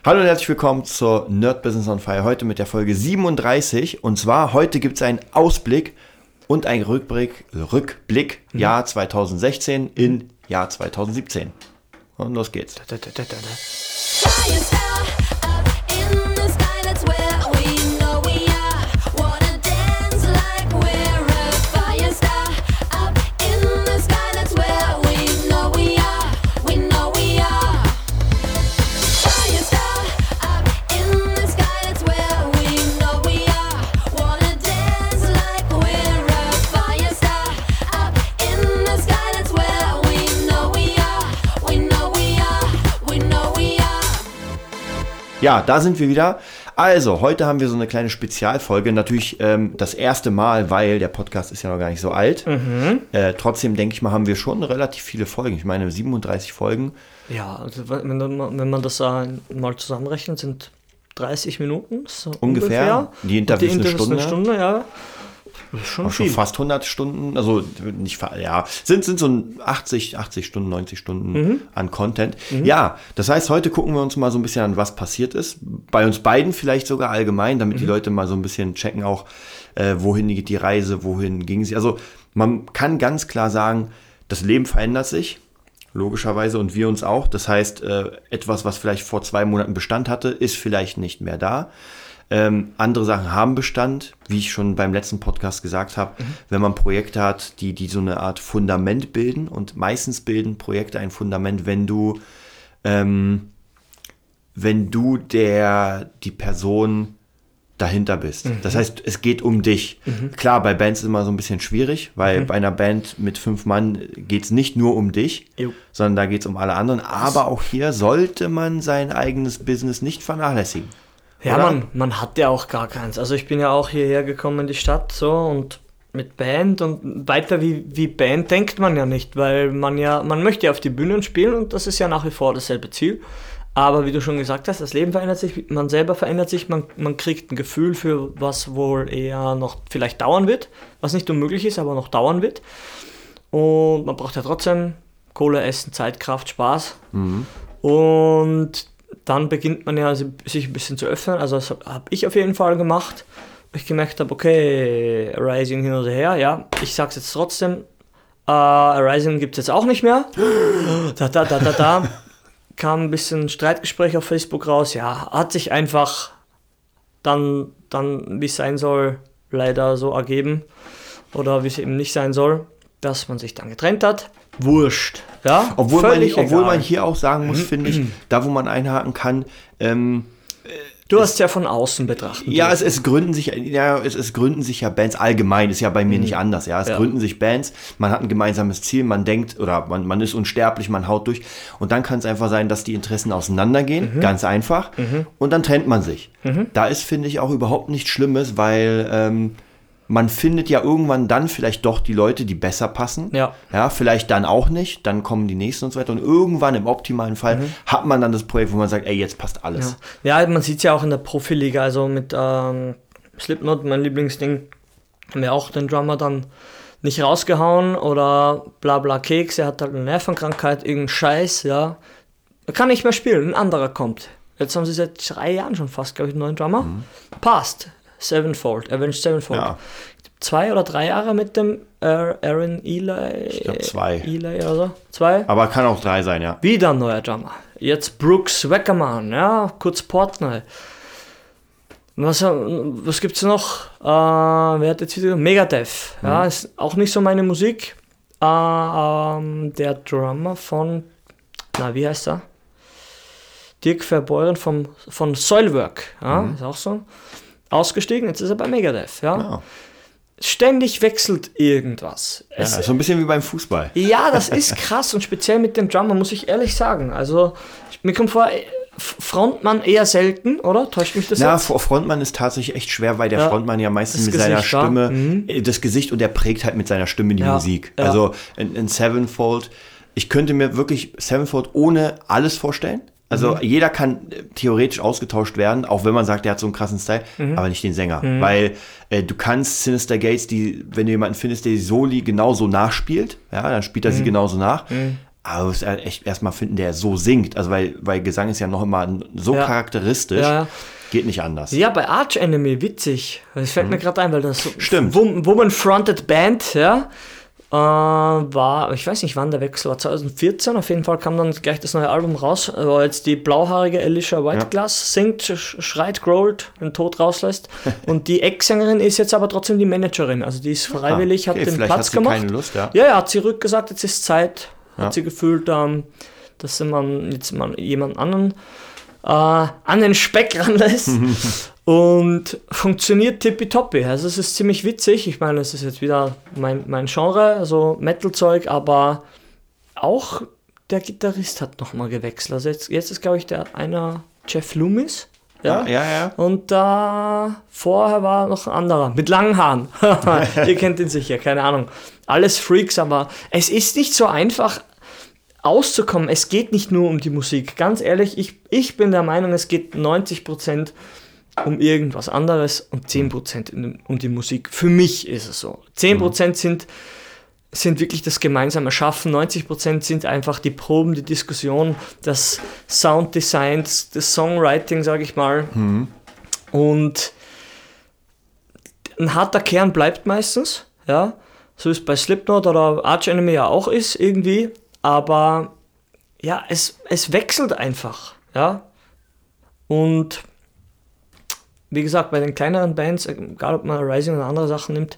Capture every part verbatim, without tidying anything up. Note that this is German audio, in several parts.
Hallo und herzlich willkommen zur Nerd Business on Fire. Heute mit der Folge siebenunddreißig. Und zwar heute gibt es einen Ausblick und einen Rückblick, Rückblick mhm. Jahr zweitausendsechzehn in Jahr zweitausendsiebzehn. Und los geht's. Da, da, da, da, da. Ja, da sind wir wieder. Also, heute haben wir so eine kleine Spezialfolge. Natürlich ähm, das erste Mal, weil der Podcast ist ja noch gar nicht so alt. Mhm. Äh, trotzdem, denke ich mal, haben wir schon relativ viele Folgen. Ich meine, siebenunddreißig Folgen. Ja, also wenn, wenn man das äh, mal zusammenrechnet, sind dreißig Minuten. So ungefähr. ungefähr. Die Interviews, die Interviews eine Stunde. Eine Stunde, ja. Schon, schon fast hundert Stunden, also nicht, ja, sind, sind so achtzig, achtzig Stunden, neunzig Stunden mhm. an Content. Mhm. Ja, das heißt, heute gucken wir uns mal so ein bisschen an, was passiert ist. Bei uns beiden vielleicht sogar allgemein, damit mhm. die Leute mal so ein bisschen checken auch, äh, wohin geht die Reise, wohin ging sie. Also man kann ganz klar sagen, das Leben verändert sich, logischerweise, und wir uns auch. Das heißt, äh, etwas, was vielleicht vor zwei Monaten Bestand hatte, ist vielleicht nicht mehr da. Ähm, andere Sachen haben Bestand, wie ich schon beim letzten Podcast gesagt habe, mhm. wenn man Projekte hat, die, die so eine Art Fundament bilden, und meistens bilden Projekte ein Fundament, wenn du ähm, wenn du der die Person dahinter bist. Mhm. Das heißt, es geht um dich. Mhm. Klar, bei Bands ist es immer so ein bisschen schwierig, weil mhm. bei einer Band mit fünf Mann geht es nicht nur um dich, jo. sondern da geht es um alle anderen. Aber auch hier sollte man sein eigenes Business nicht vernachlässigen. Ja, man, man hat ja auch gar keins. Also ich bin ja auch hierher gekommen in die Stadt so und mit Band und weiter wie, wie Band denkt man ja nicht, weil man ja, man möchte ja auf die Bühnen spielen und das ist ja nach wie vor dasselbe Ziel. Aber wie du schon gesagt hast, das Leben verändert sich, man selber verändert sich, man, man kriegt ein Gefühl für was wohl eher noch vielleicht dauern wird, was nicht unmöglich ist, aber noch dauern wird. Und man braucht ja trotzdem Kohle, Essen, Zeit, Kraft, Spaß. Mhm. Und dann beginnt man ja sich ein bisschen zu öffnen, also das habe ich auf jeden Fall gemacht, wo ich gemerkt habe, okay, Arising hin oder her, ja, ich sag's jetzt trotzdem, äh, Arising gibt's jetzt auch nicht mehr, da, da, da, da, da, kam ein bisschen Streitgespräch auf Facebook raus, ja, hat sich einfach dann, dann wie es sein soll, leider so ergeben, oder wie es eben nicht sein soll, dass man sich dann getrennt hat. Wurscht. Ja, obwohl, man, obwohl man hier auch sagen muss, finde ich, da wo man einhaken kann, ähm, du hast es ja von außen betrachtet. Ja, es, es gründen sich, ja, es, es gründen sich ja Bands allgemein, ist ja bei mir mhm. nicht anders, ja. Es ja. gründen sich Bands, man hat ein gemeinsames Ziel, man denkt, oder man, man ist unsterblich, man haut durch, und dann kann es einfach sein, dass die Interessen auseinandergehen, mhm. ganz einfach, mhm. und dann trennt man sich. Mhm. Da ist, finde ich, auch überhaupt nichts Schlimmes, weil ähm, man findet ja irgendwann dann vielleicht doch die Leute, die besser passen. Ja. Ja, vielleicht dann auch nicht. Dann kommen die nächsten und so weiter. Und irgendwann im optimalen Fall mhm. hat man dann das Projekt, wo man sagt, ey, jetzt passt alles. Ja, ja, man sieht es ja auch in der Profiliga. Also mit ähm, Slipknot, mein Lieblingsding, haben wir auch den Drummer dann nicht rausgehauen oder bla bla Keks. Er hat halt eine Nervenkrankheit, irgendeinen Scheiß, ja. Er kann nicht mehr spielen, ein anderer kommt. Jetzt haben sie seit drei Jahren schon fast, glaube ich, einen neuen Drummer. Mhm. Passt. Sevenfold, Avenged Sevenfold. Ja. Zwei oder drei Jahre mit dem äh, Aaron Eli. Ich glaube zwei. Eli oder so. Zwei. Aber kann auch drei sein, ja. Wieder ein neuer Drummer. Jetzt Brooks Weckerman, ja, kurz Portnoy. Was, was gibt's noch? Äh, wer hat jetzt wieder? Megadeth. Mhm. Ja, ist auch nicht so meine Musik. Äh, ähm, der Drummer von, na, wie heißt er? Dirk Verbeuren vom, von Soilwork. Ja, mhm. ist auch so. Ausgestiegen, jetzt ist er bei Megadeth, ja. ja. Ständig wechselt irgendwas. Ja, es, so ein bisschen wie beim Fußball. Ja, das ist krass und speziell mit dem Drummer, muss ich ehrlich sagen. Also, mir kommt vor, Frontmann eher selten, oder? Täuscht mich das Na, jetzt? Frontmann ist tatsächlich echt schwer, weil der ja, Frontmann ja meistens mit Gesicht, seiner Stimme, mhm. das Gesicht, und der prägt halt mit seiner Stimme die ja, Musik. Ja. Also in, in Sevenfold, ich könnte mir wirklich Sevenfold ohne alles vorstellen. Also mhm. jeder kann äh, theoretisch ausgetauscht werden, auch wenn man sagt, der hat so einen krassen Style, mhm. aber nicht den Sänger. Mhm. Weil äh, du kannst Sinister Gates, die, wenn du jemanden findest, der die Soli genauso nachspielt, ja, dann spielt er mhm. sie genauso nach. Mhm. aber du musst echt erstmal finden, der so singt. Also weil, weil Gesang ist ja noch immer so ja. charakteristisch. Ja. Geht nicht anders. Ja, bei Arch Enemy, witzig. Das fällt mhm. mir gerade ein, weil das Stimmt. Woman-Fronted Band, ja, äh, war, ich weiß nicht, wann der Wechsel war, zwanzig vierzehn, auf jeden Fall kam dann gleich das neue Album raus, wo jetzt die blauhaarige Alicia Whiteglass ja. singt, sch- schreit, growlt, den Tod rauslässt. Und die Ex-Sängerin ist jetzt aber trotzdem die Managerin, also die ist freiwillig, ah, okay, hat den Platz hat sie gemacht. Keine Lust, ja. ja, ja, hat sie rückgesagt, jetzt ist Zeit, ja. hat sie gefühlt, ähm, dass man jetzt mal jemand anderen äh, an den Speck ranlässt. Und funktioniert tippitoppi. Also es ist ziemlich witzig. Ich meine, es ist jetzt wieder mein, mein Genre, also Metal-Zeug, aber auch der Gitarrist hat nochmal gewechselt. Also jetzt, jetzt ist, glaube ich, der einer Jeff Loomis. Ja, ja, ja. Und da äh, vorher war noch ein anderer mit langen Haaren. Ihr kennt ihn sicher, keine Ahnung. Alles Freaks, aber es ist nicht so einfach auszukommen. Es geht nicht nur um die Musik. Ganz ehrlich, ich, ich bin der Meinung, es geht neunzig Prozent um irgendwas anderes und zehn Prozent um die Musik. Für mich ist es so. zehn Prozent sind, sind wirklich das gemeinsame Schaffen, neunzig Prozent sind einfach die Proben, die Diskussion, das Sounddesign, das Songwriting, sage ich mal. Mhm. Und ein harter Kern bleibt meistens, ja, so wie es bei Slipknot oder Arch Enemy ja auch ist, irgendwie. Aber ja, es, es wechselt einfach, ja. Und wie gesagt, bei den kleineren Bands, egal ob man Rising oder andere Sachen nimmt,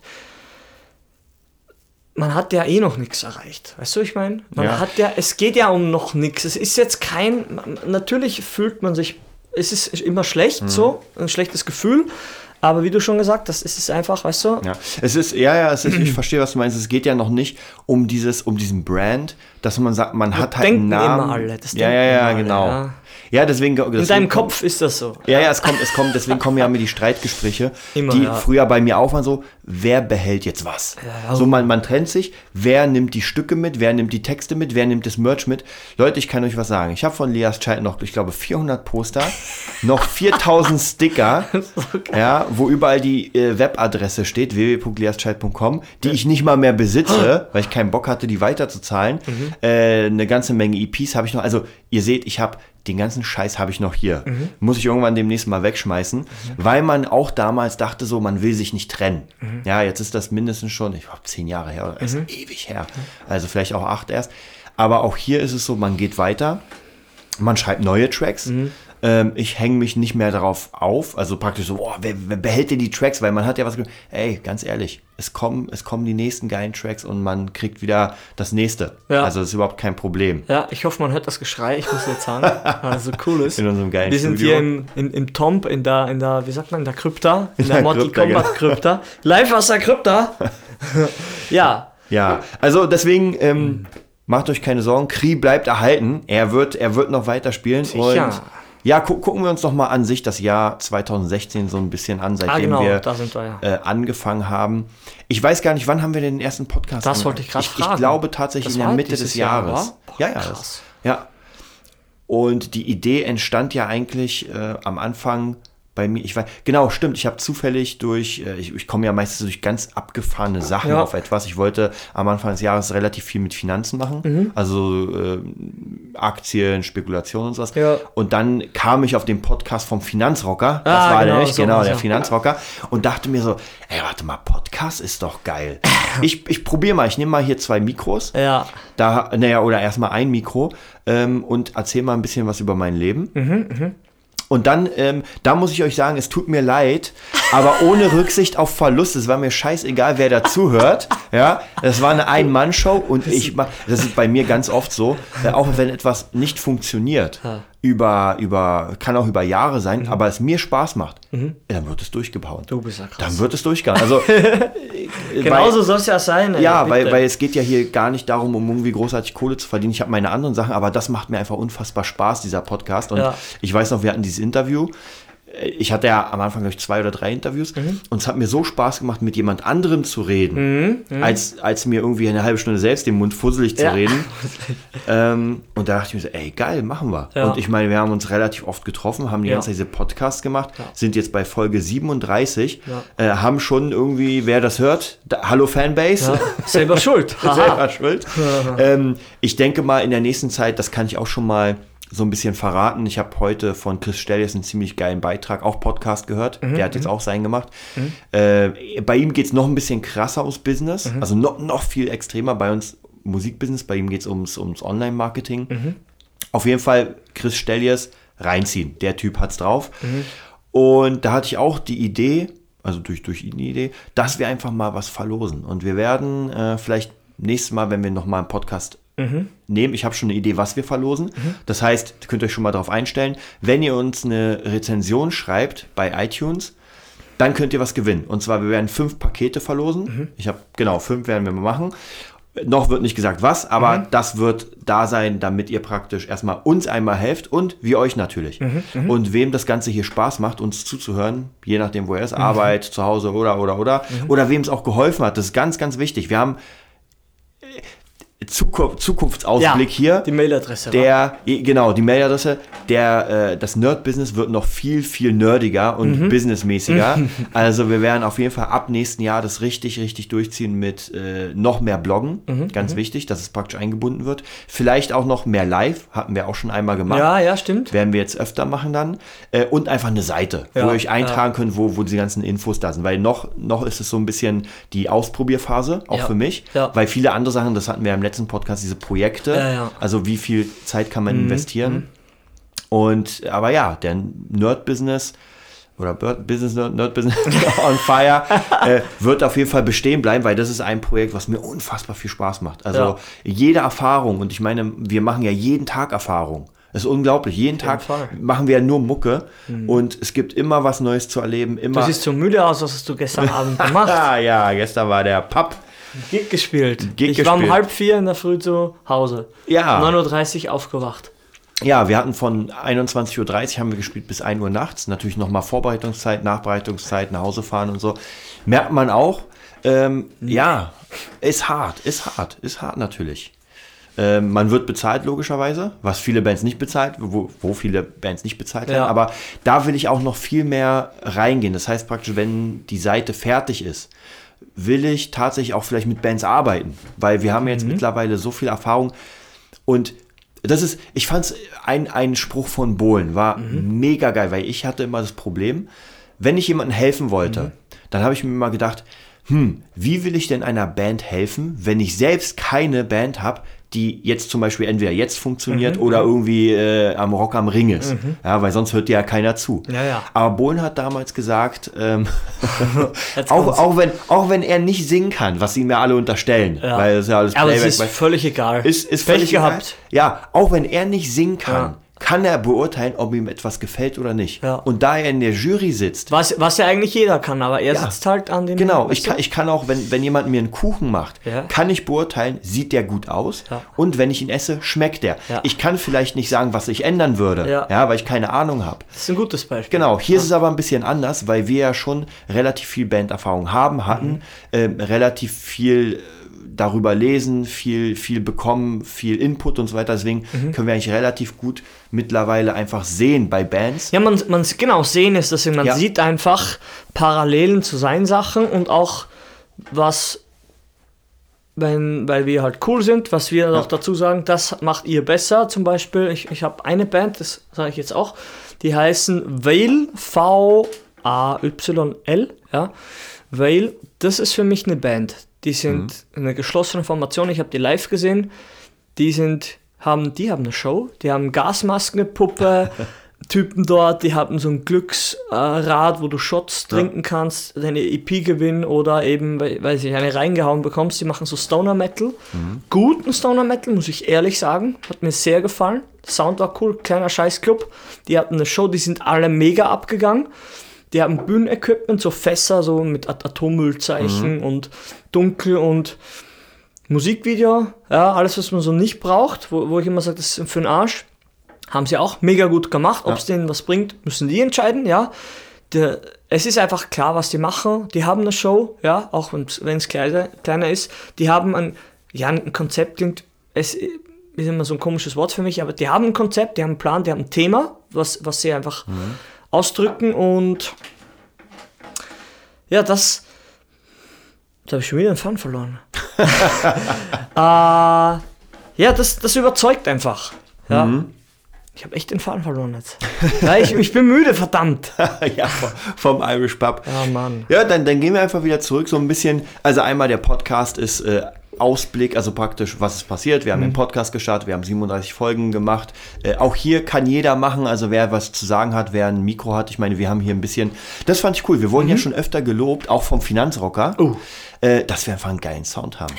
man hat ja eh noch nichts erreicht. Weißt du, ich meine? Man ja. hat ja, es geht ja um noch nichts. Es ist jetzt kein, natürlich fühlt man sich, es ist immer schlecht, mhm. so, ein schlechtes Gefühl. Aber wie du schon gesagt hast, es ist einfach, weißt du? Ja, es ist, ja, ja, es ist, ich verstehe, was du meinst. Es geht ja noch nicht um dieses, um diesen Brand, dass man sagt, man das hat halt einen Namen. Immer alle. Das ja, ja, ja, genau. Alle, ja. Ja, deswegen, deswegen in deinem Kopf ist das so. Ja, ja, es kommt, es kommt, deswegen kommen ja mir die Streitgespräche, immer, die ja. früher bei mir auch waren so, wer behält jetzt was? Ja, so, man, man trennt sich, wer nimmt die Stücke mit, wer nimmt die Texte mit, wer nimmt das Merch mit? Leute, ich kann euch was sagen. Ich habe von Lias Child noch, ich glaube, vierhundert Poster, noch viertausend Sticker, so ja, wo überall die äh, Webadresse steht, w w w punkt lias child punkt com, die ich nicht mal mehr besitze, weil ich keinen Bock hatte, die weiterzuzahlen. Mhm. Äh, eine ganze Menge E Ps habe ich noch. Also, ihr seht, ich habe den ganzen Scheiß habe ich noch hier. Mhm. Muss ich irgendwann demnächst mal wegschmeißen, mhm. weil man auch damals dachte so, man will sich nicht trennen. Mhm. Ja, jetzt ist das mindestens schon, ich glaube, zehn Jahre her, oder ist mhm. ewig her. Also vielleicht auch acht erst. Aber auch hier ist es so, man geht weiter, man schreibt neue Tracks. Mhm. Ähm, ich hänge mich nicht mehr darauf auf, also praktisch so, boah, wer, wer behält denn die Tracks? Weil man hat ja was gesagt, ey, ganz ehrlich, es kommen, es kommen die nächsten geilen Tracks und man kriegt wieder das nächste. Ja. Also das ist überhaupt kein Problem. Ja, ich hoffe, man hört das Geschrei, ich muss jetzt sagen, also cool ist. In unserem geilen Wir sind Studio. hier im, im, im Tomb, in der, in der, wie sagt man, in der Krypta, in, in der, der Mortal Kombat Krypta. Live aus der Krypta. Ja. Ja, also deswegen, ähm, mhm. macht euch keine Sorgen, Kri bleibt erhalten, er wird, er wird noch weiter spielen. Sicher. Und ja, gu- gucken wir uns doch mal an sich das Jahr zwanzig sechzehn so ein bisschen an, seitdem ah, genau, wir, da sind wir ja. äh, angefangen haben. Ich weiß gar nicht, wann haben wir den ersten Podcast Das wollte ich gerade fragen. Ich glaube tatsächlich das in der Mitte des Jahres. Jahr, Boah, ja, ja, krass. Das, ja. Und die Idee entstand ja eigentlich äh, am Anfang bei mir, ich weiß, genau, stimmt, ich habe zufällig durch, äh, ich, ich komme ja meistens durch ganz abgefahrene Sachen ja. auf etwas. Ich wollte am Anfang des Jahres relativ viel mit Finanzen machen, mhm. also äh, Aktien, Spekulation und sowas. Ja. Und dann kam ich auf den Podcast vom Finanzrocker, das ah, war genau, der nicht, so genau, der so. Finanzrocker, und dachte mir so, ey, warte mal, Podcast ist doch geil. ich ich probiere mal, ich nehme mal hier zwei Mikros, ja. da, naja, oder erstmal ein Mikro ähm, und erzähle mal ein bisschen was über mein Leben. Mhm, mh. Und dann, ähm, da muss ich euch sagen, es tut mir leid, aber ohne Rücksicht auf Verlust. Es war mir scheißegal, wer dazuhört. Ja, das war eine Ein-Mann-Show und ich mach, das ist bei mir ganz oft so, äh, auch wenn etwas nicht funktioniert, über, über, kann auch über Jahre sein, mhm. aber es mir Spaß macht, mhm. dann wird es durchgebaut. Du bist ja krass. Dann wird es durchgegangen. Also, genauso soll es ja sein. Ey, ja, weil, weil es geht ja hier gar nicht darum, um irgendwie großartig Kohle zu verdienen. Ich habe meine anderen Sachen, aber das macht mir einfach unfassbar Spaß, dieser Podcast. Und ja. ich weiß noch, wir hatten dieses Interview ich hatte ja am Anfang, glaube ich, zwei oder drei Interviews mhm. und es hat mir so Spaß gemacht, mit jemand anderem zu reden, mhm. als, als mir irgendwie eine halbe Stunde selbst den Mund fusselig zu ja. reden. ähm, und da dachte ich mir so, ey, geil, machen wir. Ja. Und ich meine, wir haben uns relativ oft getroffen, haben die ja. ganze Zeit diese Podcasts gemacht, ja. sind jetzt bei Folge siebenunddreißig, ja. äh, haben schon irgendwie, wer das hört, da, hallo Fanbase. Ja. Selber schuld. Selber schuld. ähm, ich denke mal, in der nächsten Zeit, das kann ich auch schon mal so ein bisschen verraten. Ich habe heute von Chris Stellies einen ziemlich geilen Beitrag, auch Podcast gehört. Mhm, der hat jetzt auch seinen gemacht. Mhm. Äh, bei ihm geht es noch ein bisschen krasser ums Business, mhm. also noch, noch viel extremer. Bei uns Musikbusiness, bei ihm geht es ums, ums Online-Marketing. Mhm. Auf jeden Fall Chris Stellies reinziehen. Der Typ hat's drauf. Mhm. Und da hatte ich auch die Idee, also durch, durch ihn die Idee, dass wir einfach mal was verlosen. Und wir werden äh, vielleicht nächstes Mal, wenn wir nochmal einen Podcast Mhm. nehmen. Ich habe schon eine Idee, was wir verlosen. Mhm. Das heißt, könnt ihr euch schon mal darauf einstellen. Wenn ihr uns eine Rezension schreibt bei iTunes, dann könnt ihr was gewinnen. Und zwar, wir werden fünf Pakete verlosen. Mhm. Ich habe, genau, fünf werden wir mal machen. Noch wird nicht gesagt, was, aber mhm. das wird da sein, damit ihr praktisch erstmal uns einmal helft und wir euch natürlich. Mhm. Mhm. Und wem das Ganze hier Spaß macht, uns zuzuhören, je nachdem, wo er ist, mhm. Arbeit, zu Hause oder, oder, oder, mhm. oder wem es auch geholfen hat, das ist ganz, ganz wichtig. Wir haben Zukunft, Zukunftsausblick ja, hier. Die Mailadresse. Der, war. Genau, die Mailadresse. Der, äh, das Nerd-Business wird noch viel, viel nerdiger und mhm. businessmäßiger. Also wir werden auf jeden Fall ab nächsten Jahr das richtig, richtig durchziehen mit äh, noch mehr Bloggen. Mhm. Ganz mhm. wichtig, dass es praktisch eingebunden wird. Vielleicht auch noch mehr Live. Hatten wir auch schon einmal gemacht. Ja, ja, stimmt. Werden wir jetzt öfter machen dann. Äh, und einfach eine Seite, ja, wo ihr euch eintragen ja. könnt, wo, wo die ganzen Infos da sind. Weil noch, noch ist es so ein bisschen die Ausprobierphase, auch ja. für mich. Ja. Weil viele andere Sachen, das hatten wir im letzten Podcast, diese Projekte, ja, ja. also wie viel Zeit kann man mhm. investieren. Mhm. Und, aber ja, der Nerd-Business oder Business Nerd-Business on Fire äh, wird auf jeden Fall bestehen bleiben, weil das ist ein Projekt, was mir unfassbar viel Spaß macht. Also ja. jede Erfahrung, und ich meine, wir machen ja jeden Tag Erfahrung. Das ist unglaublich. Jeden Tag machen wir ja nur Mucke mhm. und es gibt immer was Neues zu erleben. Immer. Du siehst so müde aus, was hast du gestern Abend gemacht? Ja, gestern war der Pub. Gig gespielt. Gig ich gespielt. war um halb vier in der Früh zu Hause. Ja. neun Uhr dreißig aufgewacht. Ja, wir hatten von einundzwanzig Uhr dreißig haben wir gespielt bis ein Uhr nachts. Natürlich nochmal Vorbereitungszeit, Nachbereitungszeit, nach Hause fahren und so. Merkt man auch. Ähm, mhm. Ja, ist hart, ist hart, ist hart natürlich. Ähm, man wird bezahlt logischerweise, was viele Bands nicht bezahlt, wo, wo viele Bands nicht bezahlt werden. Ja. Aber da will ich auch noch viel mehr reingehen. Das heißt praktisch, wenn die Seite fertig ist, will ich tatsächlich auch vielleicht mit Bands arbeiten, weil wir haben jetzt mhm. mittlerweile so viel Erfahrung und das ist, ich fand es, ein, ein Spruch von Bohlen war mhm. mega geil, weil ich hatte immer das Problem, wenn ich jemandem helfen wollte, mhm. dann habe ich mir immer gedacht, hm, wie will ich denn einer Band helfen, wenn ich selbst keine Band habe, die jetzt zum Beispiel entweder jetzt funktioniert mhm, oder mhm. irgendwie äh, am Rock am Ring ist. Mhm. Ja, weil sonst hört dir ja keiner zu. Ja, ja. Aber Bohlen hat damals gesagt, ähm, auch, auch, wenn, auch wenn er nicht singen kann, was ihm ja alle unterstellen, ja. weil das ja alles Playback. Aber es ist völlig egal. Ist, ist völlig gehabt. Egal. Ja, auch wenn er nicht singen kann, ja. kann er beurteilen, ob ihm etwas gefällt oder nicht. Ja. Und da er in der Jury sitzt. Was, was ja eigentlich jeder kann, aber er ja. sitzt halt an den... Genau, ich kann, ich kann auch, wenn, wenn jemand mir einen Kuchen macht, ja. kann ich beurteilen, sieht der gut aus ja. und wenn ich ihn esse, schmeckt der. Ja. Ich kann vielleicht nicht sagen, was ich ändern würde, ja. Ja, weil ich keine Ahnung habe. Das ist ein gutes Beispiel. Genau, hier ja. ist es aber ein bisschen anders, weil wir ja schon relativ viel Banderfahrung haben, hatten, mhm. ähm, relativ viel... darüber lesen, viel, viel bekommen, viel Input und so weiter. Deswegen mhm. können wir eigentlich relativ gut mittlerweile einfach sehen bei Bands. Ja, man, man genau, sehen ist das, man ja. sieht einfach Parallelen zu seinen Sachen und auch was, wenn, weil wir halt cool sind, was wir ja. noch dazu sagen, das macht ihr besser. Zum Beispiel, ich, ich habe eine Band, das sage ich jetzt auch, die heißen Veil, V A Y L, ja, Veil, das ist für mich eine Band. Die sind mhm. eine geschlossene Formation. Ich habe die live gesehen. Die sind, haben, die haben eine Show. Die haben Gasmasken, eine Puppe, Typen dort. Die haben so ein Glücksrad, äh, wo du Shots ja. trinken kannst, deine E P gewinnen oder eben, weil ich eine reingehauen bekommst. Die machen so Stoner Metal. Mhm. Guten Stoner Metal, muss ich ehrlich sagen. Hat mir sehr gefallen. Sound war cool, kleiner Scheißclub. Die hatten eine Show, die sind alle mega abgegangen. Die haben Bühnenequipment, so Fässer, so mit Atommüllzeichen mhm. und dunkel und Musikvideo, ja, alles, was man so nicht braucht, wo, wo ich immer sage, das ist für den Arsch. Haben sie auch mega gut gemacht. Ob es ja. denen was bringt, müssen die entscheiden, ja. Der, es ist einfach klar, was die machen. Die haben eine Show, ja, auch wenn es kleiner, kleiner ist. Die haben ein, ja, ein Konzept, klingt, es ist immer so ein komisches Wort für mich, aber die haben ein Konzept, die haben einen Plan, die haben ein Thema, was, was sie einfach mhm. ausdrücken und ja, das, da habe ich schon wieder den Faden verloren. äh, ja, das, das überzeugt einfach, ja. Mhm. Ich habe echt den Faden verloren jetzt. Ja, ich, ich bin müde, verdammt. Ja, vom Irish Pub. Ja, Mann. Ja, dann, dann gehen wir einfach wieder zurück, so ein bisschen. Also einmal der Podcast ist äh, Ausblick, also praktisch, was ist passiert. Wir haben mhm. den Podcast gestartet, wir haben siebenunddreißig Folgen gemacht. Äh, auch hier kann jeder machen, also wer was zu sagen hat, wer ein Mikro hat. Ich meine, wir haben hier ein bisschen, das fand ich cool. Wir wurden mhm. ja schon öfter gelobt, auch vom Finanzrocker, uh. äh, dass wir einfach einen geilen Sound haben.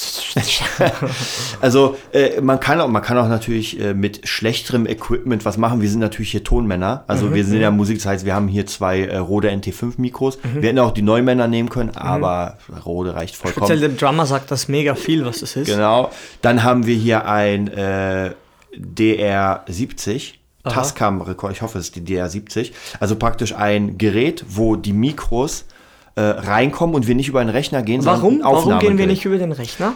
Also äh, man kann auch, man kann auch natürlich äh, mit schlechterem Equipment was machen. Wir sind natürlich hier Tonmänner. Also mhm, wir sind ja Musik, das heißt, wir haben hier zwei äh, Rode N T fünf Mikros. Mhm. Wir hätten auch die Neumänner nehmen können, aber mhm. Rode reicht vollkommen. Speziell der Drummer sagt das mega viel, was das ist. Genau. Dann haben wir hier ein äh, D R siebzig. Tascam-Rekord, ich hoffe, es ist die D R siebzig. Also praktisch ein Gerät, wo die Mikros Äh, reinkommen und wir nicht über den Rechner gehen, Warum? sondern Warum gehen wir nicht über den Rechner?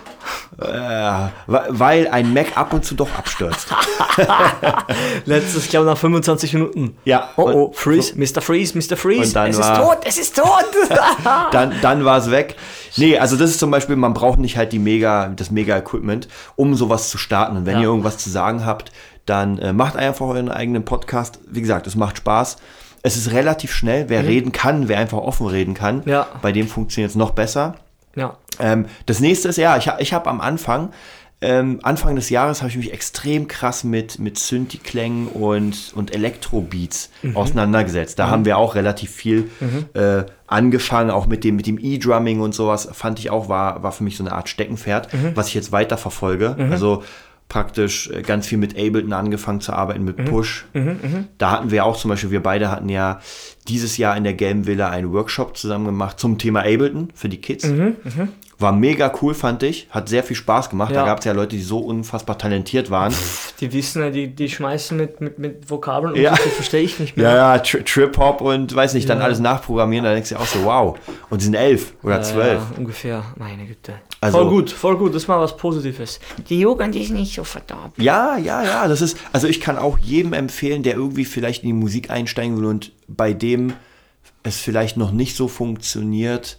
Äh, weil ein Mac ab und zu doch abstürzt. Letztes, ich glaube, nach fünfundzwanzig Minuten. Ja. Oh, oh, Freeze, so. Mister Freeze, Mister Freeze, und dann es war, ist tot, es ist tot. dann dann war es weg. Nee, also das ist zum Beispiel, man braucht nicht halt die Mega, das Mega-Equipment, um sowas zu starten. Und wenn ja. ihr irgendwas zu sagen habt, dann äh, macht einfach euren eigenen Podcast. Wie gesagt, es macht Spaß. Es ist relativ schnell. Wer mhm. reden kann, wer einfach offen reden kann, ja. bei dem funktioniert es noch besser. Ja. Ähm, das nächste ist, ja, ich, ich habe am Anfang, ähm, Anfang des Jahres habe ich mich extrem krass mit, mit Synthi-Klängen und, und Elektro-Beats mhm. auseinandergesetzt. Da mhm. haben wir auch relativ viel mhm. äh, angefangen, auch mit dem, mit dem E-Drumming und sowas, fand ich auch, war, war für mich so eine Art Steckenpferd, mhm. was ich jetzt weiter verfolge. Mhm. Also praktisch ganz viel mit Ableton angefangen zu arbeiten, mit mhm. Push. Mhm, mh. Da hatten wir auch zum Beispiel, wir beide hatten ja dieses Jahr in der Gelben Villa einen Workshop zusammen gemacht zum Thema Ableton für die Kids. Mhm, mh. War mega cool, fand ich. Hat sehr viel Spaß gemacht. Ja. Da gab es ja Leute, die so unfassbar talentiert waren. Die wissen ja, die, die schmeißen mit, mit, mit Vokabeln und ja. so, das verstehe ich nicht mehr. Ja, ja, Tri- Trip-Hop und weiß nicht, dann ja. alles nachprogrammieren. Da denkst du auch so, wow. Und die sind elf oder zwölf. Ja, ungefähr, meine Güte. Also, voll gut, voll gut, das ist mal was Positives. Die Jugend ist nicht so verdammt. Ja, ja, ja, das ist, also ich kann auch jedem empfehlen, der irgendwie vielleicht in die Musik einsteigen will und bei dem es vielleicht noch nicht so funktioniert.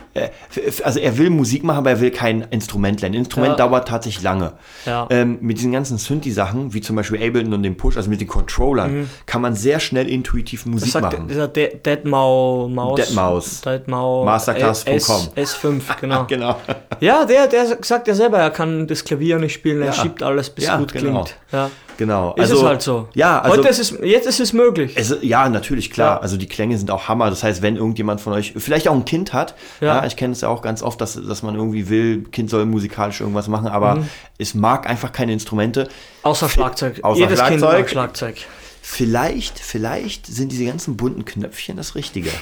Also er will Musik machen, aber er will kein Instrument lernen. Instrument ja. dauert tatsächlich lange. Ja. Ähm, mit diesen ganzen Synthi-Sachen, wie zum Beispiel Ableton und dem Push, also mit den Controllern, mhm. kann man sehr schnell intuitiv Musik das sagt machen. Dieser De- Deadmau-Maus. Deadmaus. Deadmau Masterclass Punkt com. S fünf, genau. genau. Ja, der, der sagt ja selber, er kann das Klavier nicht spielen, er ja. schiebt alles, bis es ja, gut genau. klingt. Ja. Genau. Ist also, es halt so. Ja, also, Heute ist es, jetzt ist es möglich. Es, ja, natürlich, klar. Ja. Also die Klänge sind auch Hammer. Das heißt, wenn irgendjemand von euch vielleicht auch ein Kind hat, ja. Ja, ich kenne es ja auch ganz oft, dass, dass man irgendwie will, Kind soll musikalisch irgendwas machen, aber mhm. es mag einfach keine Instrumente. Außer Schlagzeug. Außer Jedes Schlagzeug. Kind mag Schlagzeug. Vielleicht, vielleicht sind diese ganzen bunten Knöpfchen das Richtige.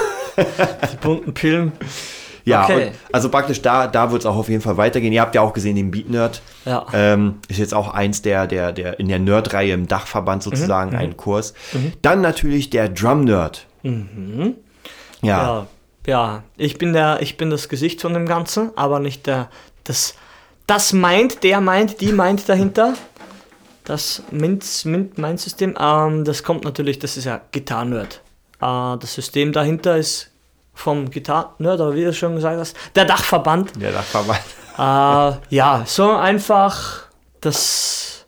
Die bunten Pillen. Ja, okay. und also praktisch da, da wird es auch auf jeden Fall weitergehen. Ihr habt ja auch gesehen, den Beat Nerd. Ja. Ähm, ist jetzt auch eins der, der, der in der Nerd-Reihe im Dachverband sozusagen mhm. ein Kurs. Mhm. Dann natürlich der Drum Nerd. Mhm. Ja. ja. Ja, ich bin der, ich bin das Gesicht von dem Ganzen, aber nicht der, das, das meint, der meint, die meint dahinter. Das Mint, Mint, mein System, ähm, das kommt natürlich, das ist ja Guitar Nerd. Äh, das System dahinter ist vom Guitar Nerd, aber wie du schon gesagt hast, der Dachverband. Der Dachverband. Äh, ja, so einfach das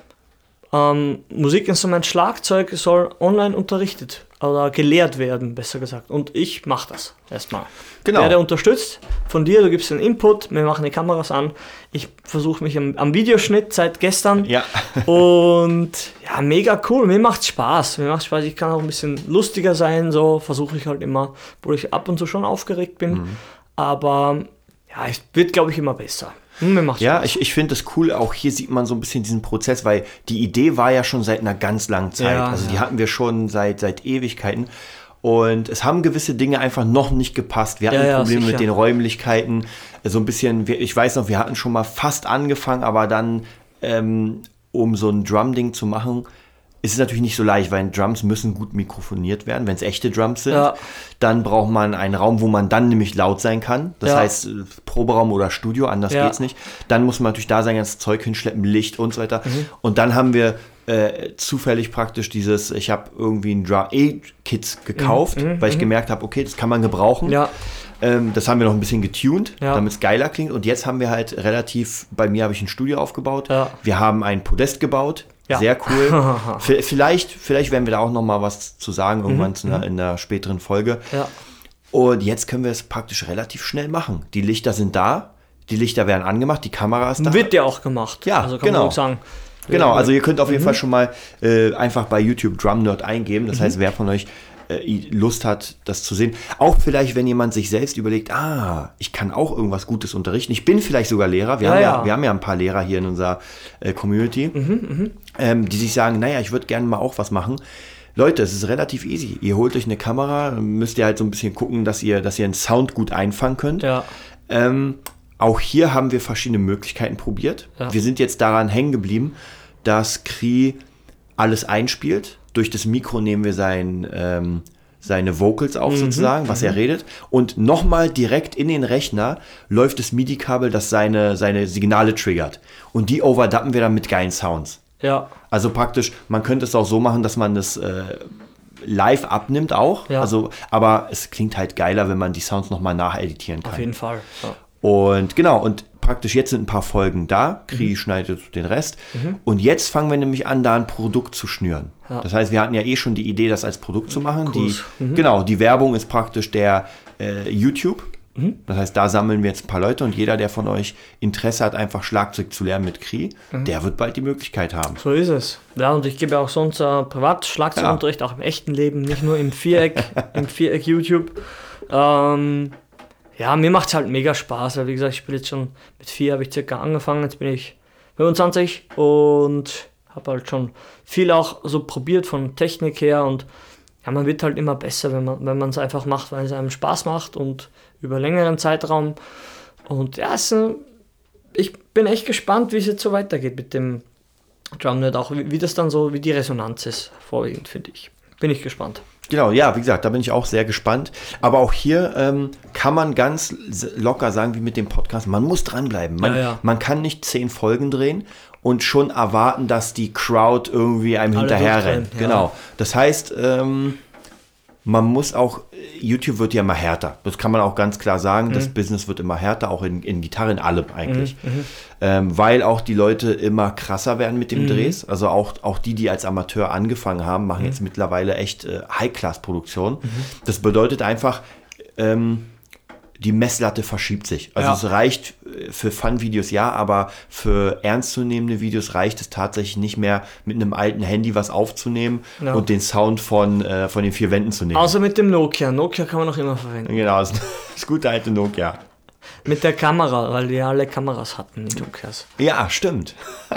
ähm, Musikinstrument Schlagzeug soll online unterrichtet oder gelehrt werden, besser gesagt. Und ich mache das erstmal. Genau. Werde unterstützt von dir, du gibst den Input, wir machen die Kameras an. Ich versuche mich am, am Videoschnitt seit gestern. Ja. Und ja, mega cool, mir macht's Spaß. Mir macht's Spaß, ich kann auch ein bisschen lustiger sein, so versuche ich halt immer, wo ich ab und zu schon aufgeregt bin. Mhm. Aber ja, es wird, glaube ich, immer besser. Mir macht's ja, Spaß. ich, ich finde es cool, auch hier sieht man so ein bisschen diesen Prozess, weil die Idee war ja schon seit einer ganz langen Zeit. Ja, also die ja. hatten wir schon seit, seit Ewigkeiten. Und es haben gewisse Dinge einfach noch nicht gepasst. Wir hatten ja, ja, Probleme sicher. mit den Räumlichkeiten. So ein bisschen, ich weiß noch, wir hatten schon mal fast angefangen, aber dann, ähm, um so ein Drum-Ding zu machen, ist es natürlich nicht so leicht, weil Drums müssen gut mikrofoniert werden. Wenn es echte Drums sind, Ja. dann braucht man einen Raum, wo man dann nämlich laut sein kann. Das Ja. heißt, äh, Proberaum oder Studio, anders Ja. geht's nicht. Dann muss man natürlich da sein ganzes Zeug hinschleppen, Licht und so weiter. Und dann haben wir äh, zufällig praktisch dieses, ich habe irgendwie ein Drum E-Kits gekauft, weil ich gemerkt habe, okay, das kann man gebrauchen. Ja. Ähm, das haben wir noch ein bisschen getuned, Ja. damit es geiler klingt. Und jetzt haben wir halt relativ, bei mir habe ich ein Studio aufgebaut. Ja. Wir haben ein Podest gebaut. Ja. Sehr cool. V- vielleicht, vielleicht werden wir da auch noch mal was zu sagen, irgendwann zu einer, in einer späteren Folge. Ja. Und jetzt können wir es praktisch relativ schnell machen. Die Lichter sind da, die Lichter werden angemacht, die Kamera ist da. Wird ja auch gemacht. Ja, also kann genau. man auch sagen. Genau, also ihr könnt auf jeden Fall schon mal äh, einfach bei YouTube Drum Nerd eingeben. Das heißt, wer von euch äh, Lust hat, das zu sehen. Auch vielleicht, wenn jemand sich selbst überlegt, ah, ich kann auch irgendwas Gutes unterrichten. Ich bin vielleicht sogar Lehrer. Wir, Ja, haben, ja, ja. wir haben ja ein paar Lehrer hier in unserer äh, Community, ähm, die sich sagen, naja, ich würde gerne mal auch was machen. Leute, es ist relativ easy. Ihr holt euch eine Kamera, müsst ihr halt so ein bisschen gucken, dass ihr, dass ihr einen Sound gut einfangen könnt. Ja. Ähm, auch hier haben wir verschiedene Möglichkeiten probiert. Ja. Wir sind jetzt daran hängen geblieben, dass Cree alles einspielt. Durch das Mikro nehmen wir sein, ähm, seine Vocals auf sozusagen, was er redet. Und nochmal direkt in den Rechner läuft das MIDI-Kabel, das seine, seine Signale triggert. Und die overdappen wir dann mit geilen Sounds. Ja. Also praktisch, man könnte es auch so machen, dass man das äh, live abnimmt auch. Ja. Also, aber es klingt halt geiler, wenn man die Sounds nochmal nacheditieren kann. Auf jeden Fall. Ja. Und genau, und praktisch jetzt sind ein paar Folgen da. Cree schneidet den Rest. Und jetzt fangen wir nämlich an, da ein Produkt zu schnüren. Ja. Das heißt, wir hatten ja eh schon die Idee, das als Produkt zu machen. Die, Cool. Genau, die Werbung ist praktisch der äh, YouTube. Das heißt, da sammeln wir jetzt ein paar Leute und jeder, der von euch Interesse hat, einfach Schlagzeug zu lernen mit Cree, der wird bald die Möglichkeit haben. So ist es. Ja, und ich gebe auch sonst äh, privat Schlagzeugunterricht, auch im echten Leben, nicht nur im Viereck, im Viereck YouTube. Ähm, ja, mir macht es halt mega Spaß. Weil, wie gesagt, ich spiele jetzt schon mit vier, habe ich circa angefangen, jetzt bin ich fünfundzwanzig und habe halt schon viel auch so probiert von Technik her und ja, man wird halt immer besser, wenn man wenn man es einfach macht, weil es einem Spaß macht und über längeren Zeitraum. Und ja, es, äh, ich bin echt gespannt, wie es jetzt so weitergeht mit dem Drum Nerd, auch wie, wie das dann so, wie die Resonanz ist, vorwiegend, finde ich. Bin ich gespannt. Genau, ja, wie gesagt, da bin ich auch sehr gespannt. Aber auch hier ähm, kann man ganz locker sagen, wie mit dem Podcast, man muss dranbleiben. Man, Ja, ja. man kann nicht zehn Folgen drehen und schon erwarten, dass die Crowd irgendwie einem Alle hinterher durchdrehen, rennt. ja. Genau. Das heißt, ähm, man muss auch, YouTube wird ja immer härter. Das kann man auch ganz klar sagen. Das Business wird immer härter, auch in, in Gitarre, in allem eigentlich. Ähm, weil auch die Leute immer krasser werden mit dem Drehs. Also auch, auch die, die als Amateur angefangen haben, machen jetzt mittlerweile echt äh, High-Class-Produktion. Das bedeutet einfach, ähm, die Messlatte verschiebt sich. Also Ja. es reicht äh, für Fun-Videos ja, aber für ernstzunehmende Videos reicht es tatsächlich nicht mehr, mit einem alten Handy was aufzunehmen Ja. und den Sound von, äh, von den vier Wänden zu nehmen. Außer mit dem Nokia. Nokia kann man noch immer verwenden. Genau, das, das gute alte Nokia. Mit der Kamera, weil die alle Kameras hatten, die Nokias. Ja, stimmt.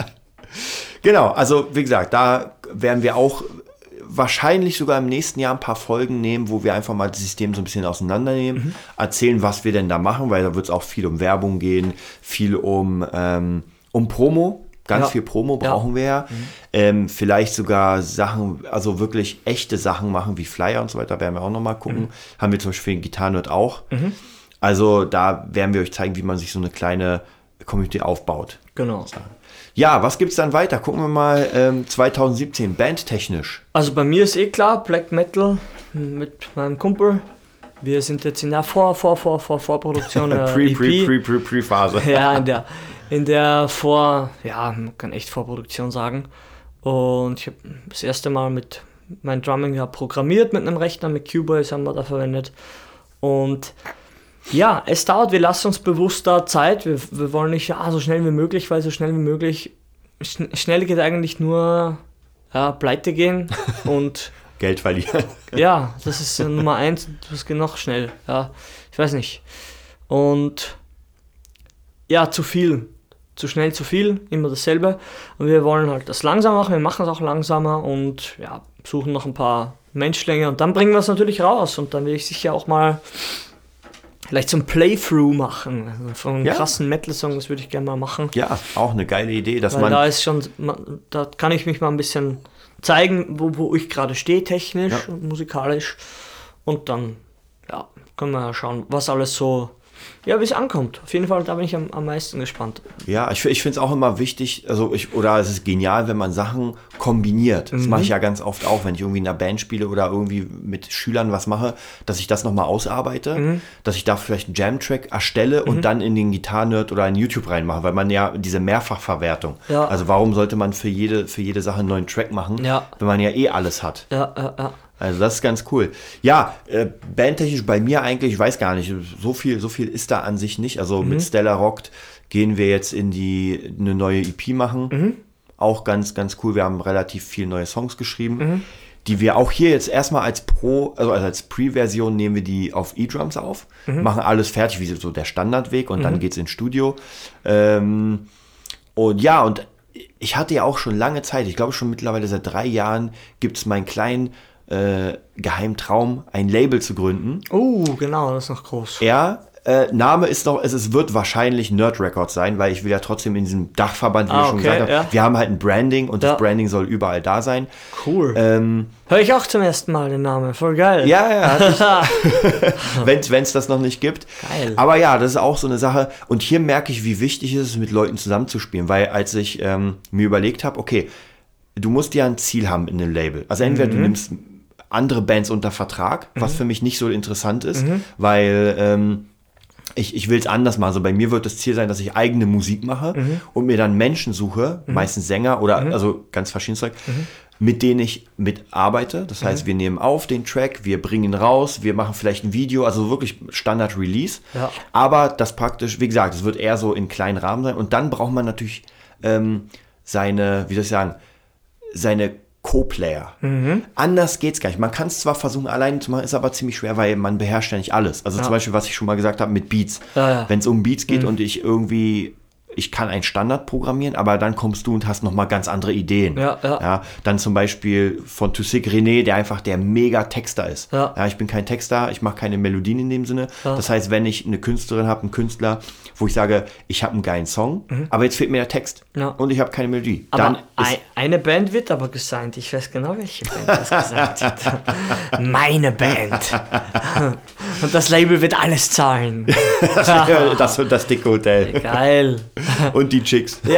Genau, also wie gesagt, da werden wir auch wahrscheinlich sogar im nächsten Jahr ein paar Folgen nehmen, wo wir einfach mal das System so ein bisschen auseinandernehmen, Mhm. erzählen, was wir denn da machen, weil da wird es auch viel um Werbung gehen, viel um, ähm, um Promo. Ganz Ja. viel Promo Ja. brauchen wir ja. Ähm, vielleicht sogar Sachen, also wirklich echte Sachen machen, wie Flyer und so weiter, werden wir auch nochmal gucken. Mhm. Haben wir zum Beispiel für den Gitarrenhirt auch. Also da werden wir euch zeigen, wie man sich so eine kleine Community aufbaut. Genau. Ja, was gibt's dann weiter? Gucken wir mal ähm, zwanzig siebzehn, bandtechnisch. Also bei mir ist eh klar, Black Metal mit meinem Kumpel. Wir sind jetzt in der Vor, Vor, Vor, Vor, Vorproduktion der Pre, E P. pre, pre, pre, pre Phase. Ja, in der, in der Vor, ja, man kann echt Vorproduktion sagen. Und ich habe das erste Mal mit mein Drumming ja programmiert mit einem Rechner, mit Cubase haben wir da verwendet. Und ja, es dauert, wir lassen uns bewusst da Zeit. Wir, wir wollen nicht ja, so schnell wie möglich, weil so schnell wie möglich, schn- schnell geht eigentlich nur ja, pleite gehen und Geld verlieren. ja, das ist äh, Nummer eins, das geht noch schnell. Ja, ich weiß nicht. Und ja, zu viel. Zu schnell, zu viel, immer dasselbe. Und wir wollen halt das langsam machen, wir machen es auch langsamer und ja, suchen noch ein paar Menschlänge und dann bringen wir es natürlich raus. Und dann will ich sicher auch mal vielleicht so ein Playthrough machen. Also von einem Ja. krassen Metal-Song, das würde ich gerne mal machen. Ja, auch eine geile Idee, dass Weil man. da ist schon, man- da kann ich mich mal ein bisschen zeigen, wo, wo ich gerade stehe, technisch Ja. und musikalisch. Und dann, ja, können wir ja schauen, was alles so, ja, wie es ankommt. Auf jeden Fall, da bin ich am, am meisten gespannt. Ja, ich, ich finde es auch immer wichtig, also ich, oder es ist genial, wenn man Sachen kombiniert. Das mache ich ja ganz oft auch, wenn ich irgendwie in einer Band spiele oder irgendwie mit Schülern was mache, dass ich das nochmal ausarbeite, mhm. dass ich da vielleicht einen Jam-Track erstelle mhm. und dann in den Gitarren-Nerd oder in YouTube reinmache, weil man ja diese Mehrfachverwertung, ja. also warum sollte man für jede, für jede Sache einen neuen Track machen, ja. wenn man ja eh alles hat. Ja, ja, ja. Also das ist ganz cool. Ja, äh, bandtechnisch bei mir eigentlich, ich weiß gar nicht, so viel, so viel ist da an sich nicht. Also mhm. mit Stella Rockt gehen wir jetzt in die eine neue E P machen. Mhm. Auch ganz, ganz cool. Wir haben relativ viele neue Songs geschrieben, mhm. die wir auch hier jetzt erstmal als Pro, also als Pre-Version nehmen wir die auf E-Drums auf, mhm. machen alles fertig, wie so der Standardweg und mhm. dann geht's ins Studio. Ähm, und ja, und ich hatte ja auch schon lange Zeit, ich glaube schon mittlerweile seit drei Jahren gibt es meinen kleinen Äh, Geheimtraum, ein Label zu gründen. Oh, genau, das ist noch groß. Ja, äh, Name ist noch, es, es wird wahrscheinlich Nerd Records sein, weil ich will ja trotzdem in diesem Dachverband, wie ah, ich schon okay, gesagt habe, ja. wir haben halt ein Branding und ja. das Branding soll überall da sein. Cool. Ähm, Hör ich auch zum ersten Mal den Namen, voll geil. Ja, ja, wenn es das noch nicht gibt. Geil. Aber ja, das ist auch so eine Sache. Und hier merke ich, wie wichtig es ist, mit Leuten zusammenzuspielen, weil als ich ähm, mir überlegt habe, okay, du musst ja ein Ziel haben in dem Label. Also entweder mhm. du nimmst andere Bands unter Vertrag, was mhm. für mich nicht so interessant ist, mhm. weil ähm, ich, ich will es anders machen. Also bei mir wird das Ziel sein, dass ich eigene Musik mache mhm. und mir dann Menschen suche, mhm. meistens Sänger oder mhm. also ganz verschiedenes Zeug, mhm. mit denen ich mitarbeite. Das heißt, mhm. wir nehmen auf den Track, wir bringen ihn raus, wir machen vielleicht ein Video, also wirklich Standard-Release. Ja. Aber das praktisch, wie gesagt, es wird eher so in kleinen Rahmen sein. Und dann braucht man natürlich ähm, seine, wie soll ich sagen, seine Co-Player. Mhm. Anders geht's gar nicht. Man kann es zwar versuchen, alleine zu machen, ist aber ziemlich schwer, weil man beherrscht ja nicht alles. Also ja. zum Beispiel, was ich schon mal gesagt habe mit Beats. Ja, ja. Wenn es um Beats geht mhm. und ich irgendwie, ich kann einen Standard programmieren, aber dann kommst du und hast nochmal ganz andere Ideen. Ja, ja. Ja, dann zum Beispiel von Tussig René, der einfach der mega Texter ist. Ja. Ja, ich bin kein Texter, ich mache keine Melodien in dem Sinne. Ja. Das heißt, wenn ich eine Künstlerin habe, einen Künstler, wo ich sage, ich habe einen geilen Song, mhm. aber jetzt fehlt mir der Text ja. und ich habe keine Melodie. Aber dann ein, eine Band wird aber gesigned. Ich weiß genau, welche Band das gesigned wird. Meine Band. Und das Label wird alles zahlen. das und das dicke Hotel. Geil. Und die Chicks. Ja.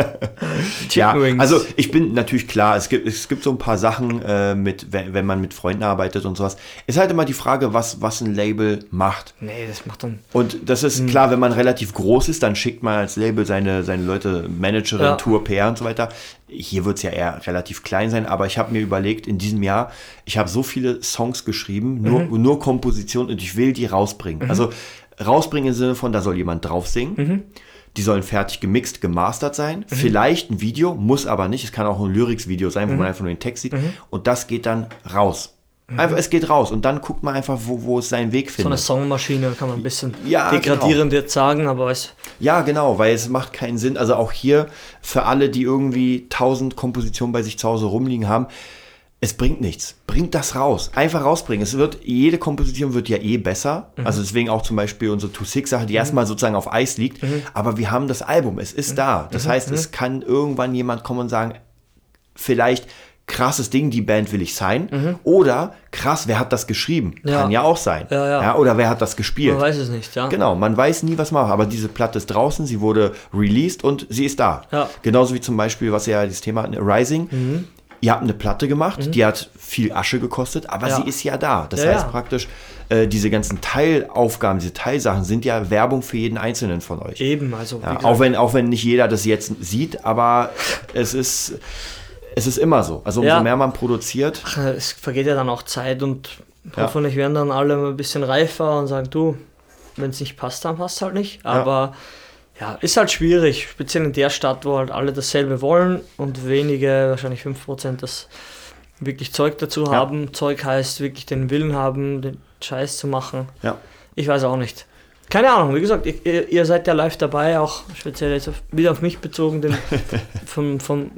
Ja, also ich bin natürlich klar, es gibt, es gibt so ein paar Sachen, äh, mit, wenn, wenn man mit Freunden arbeitet und sowas. Ist halt immer die Frage, was, was ein Label macht. Nee, das macht dann... Und das ist klar, wenn man relativ groß ist, dann schickt man als Label seine, seine Leute, Managerin, ja. Tour, P R und so weiter. Hier wird es ja eher relativ klein sein, aber ich habe mir überlegt, in diesem Jahr, ich habe so viele Songs geschrieben, nur, mhm. nur Kompositionen und ich will die rausbringen. Mhm. Also rausbringen im Sinne von, da soll jemand drauf singen. Mhm. Die sollen fertig gemixt, gemastert sein. Mhm. Vielleicht ein Video, muss aber nicht. Es kann auch ein Lyrics-Video sein, wo mhm. man einfach nur den Text sieht. Mhm. Und das geht dann raus. Einfach, es geht raus und dann guckt man einfach, wo, wo es seinen Weg findet. So eine Songmaschine kann man ein bisschen ja, degradierend genau. jetzt sagen, aber es... Ja, genau, weil es macht keinen Sinn. Also auch hier für alle, die irgendwie tausend Kompositionen bei sich zu Hause rumliegen haben, es bringt nichts. Bringt das raus. Einfach rausbringen. Es wird, jede Komposition wird ja eh besser. Mhm. Also deswegen auch zum Beispiel unsere Two-Six-Sache, die mhm. erstmal sozusagen auf Eis liegt. Mhm. Aber wir haben das Album. Es ist mhm. da. Das mhm. heißt, es kann irgendwann jemand kommen und sagen, vielleicht krasses Ding, die Band will ich sein. Mhm. Oder krass, wer hat das geschrieben? Ja. Kann ja auch sein. Ja, ja. Ja, oder wer hat das gespielt? Man weiß es nicht, ja. Genau, man weiß nie, was man macht. Aber diese Platte ist draußen, sie wurde released und sie ist da. Ja. Genauso wie zum Beispiel, was ja das Thema hatten, Rising. Mhm. Ihr habt eine Platte gemacht, mhm. die hat viel Asche gekostet, aber ja. sie ist ja da. Das ja, heißt ja. praktisch, äh, diese ganzen Teilaufgaben, diese Teilsachen sind ja Werbung für jeden Einzelnen von euch. Eben, also. Ja, auch, wenn, auch wenn nicht jeder das jetzt sieht, aber es ist... Es ist immer so. Also umso ja. mehr man produziert. Ach, es vergeht ja dann auch Zeit und ja. hoffentlich werden dann alle ein bisschen reifer und sagen, du, wenn es nicht passt, dann passt es halt nicht. Aber ja. ja, ist halt schwierig, speziell in der Stadt, wo halt alle dasselbe wollen und wenige, wahrscheinlich fünf Prozent, das wirklich Zeug dazu ja. haben. Zeug heißt wirklich den Willen haben, den Scheiß zu machen. Ja. Ich weiß auch nicht. Keine Ahnung, wie gesagt, ihr, ihr seid ja live dabei, auch speziell jetzt auf, wieder auf mich bezogen, den vom, vom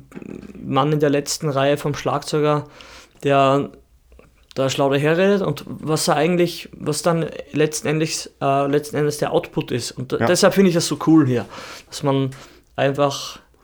Mann in der letzten Reihe, vom Schlagzeuger, der da schlau daherredet und was er eigentlich, was dann letzten Endes, äh, letzten Endes der Output ist. Und ja. deshalb finde ich das so cool hier, dass man einfach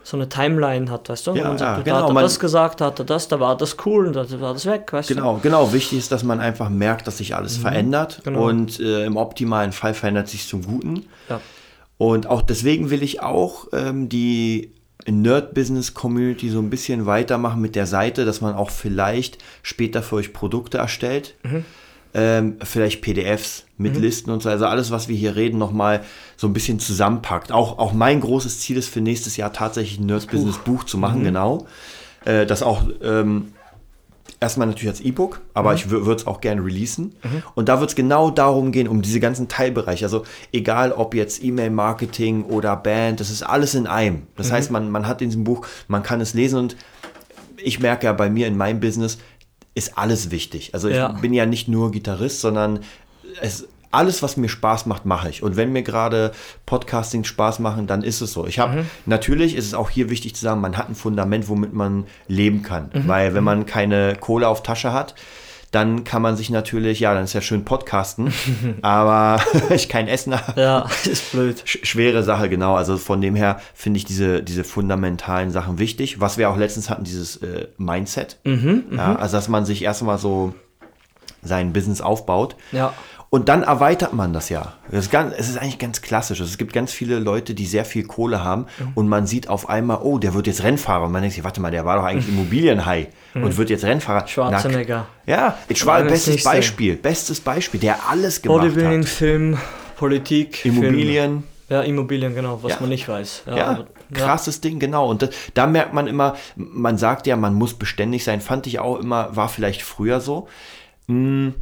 so eine Timeline hat, weißt du? Ja, man sagt, ja, da genau, hat er man- das gesagt, da hat er das, da war das cool und da war das weg, weißt du? Genau, genau. Wichtig ist, dass man einfach merkt, dass sich alles verändert genau. und äh, im optimalen Fall verändert sich zum Guten. Ja. Und auch deswegen will ich auch ähm, die Nerd-Business-Community so ein bisschen weitermachen mit der Seite, dass man auch vielleicht später für euch Produkte erstellt. Mhm. Ähm, vielleicht P D Fs mit Mhm. Listen und so. Also alles, was wir hier reden, nochmal so ein bisschen zusammenpackt. Auch, auch mein großes Ziel ist für nächstes Jahr tatsächlich ein Nerd-Business-Buch zu machen, Mhm. genau. Äh, das auch ähm, erstmal natürlich als E-Book, aber Mhm. ich würde es auch gerne releasen. Und da wird es genau darum gehen, um diese ganzen Teilbereiche. Also egal, ob jetzt E-Mail-Marketing oder Band, das ist alles in einem. Das Mhm. heißt, man, man hat in diesem Buch, man kann es lesen und ich merke ja bei mir in meinem Business, ist alles wichtig. Also ich Ja. bin ja nicht nur Gitarrist, sondern es, alles, was mir Spaß macht, mache ich. Und wenn mir gerade Podcasting Spaß machen, dann ist es so. Ich habe, Mhm. natürlich ist es auch hier wichtig zu sagen, man hat ein Fundament, womit man leben kann. Mhm. Weil wenn man keine Kohle auf Tasche hat, dann kann man sich natürlich, ja, dann ist ja schön podcasten, aber ich kein Essen habe. Ja, ist blöd. Sch- Schwere Sache, genau. Also von dem her finde ich diese, diese fundamentalen Sachen wichtig. Was wir auch letztens hatten, dieses äh, Mindset. Mhm, Ja, also dass man sich erstmal so sein Business aufbaut. Ja. Und dann erweitert man das ja. Das ist ganz, es ist eigentlich ganz klassisch. Es gibt ganz viele Leute, die sehr viel Kohle haben und man sieht auf einmal, oh, der wird jetzt Rennfahrer. Und man denkt sich, warte mal, der war doch eigentlich Immobilienhai und wird jetzt Rennfahrer. Schwarzenegger. Na, ja, jetzt war Nein, das bestes nächste. Beispiel. Bestes Beispiel, der alles gemacht Bodybuilding, hat. Film, Politik, Immobilien. Film. Ja, Immobilien, genau, was Ja. man nicht weiß. Ja, Ja, aber- krasses Ding, genau. Und das, da merkt man immer, man sagt ja, man muss beständig sein. Fand ich auch immer, war vielleicht früher so. Hm,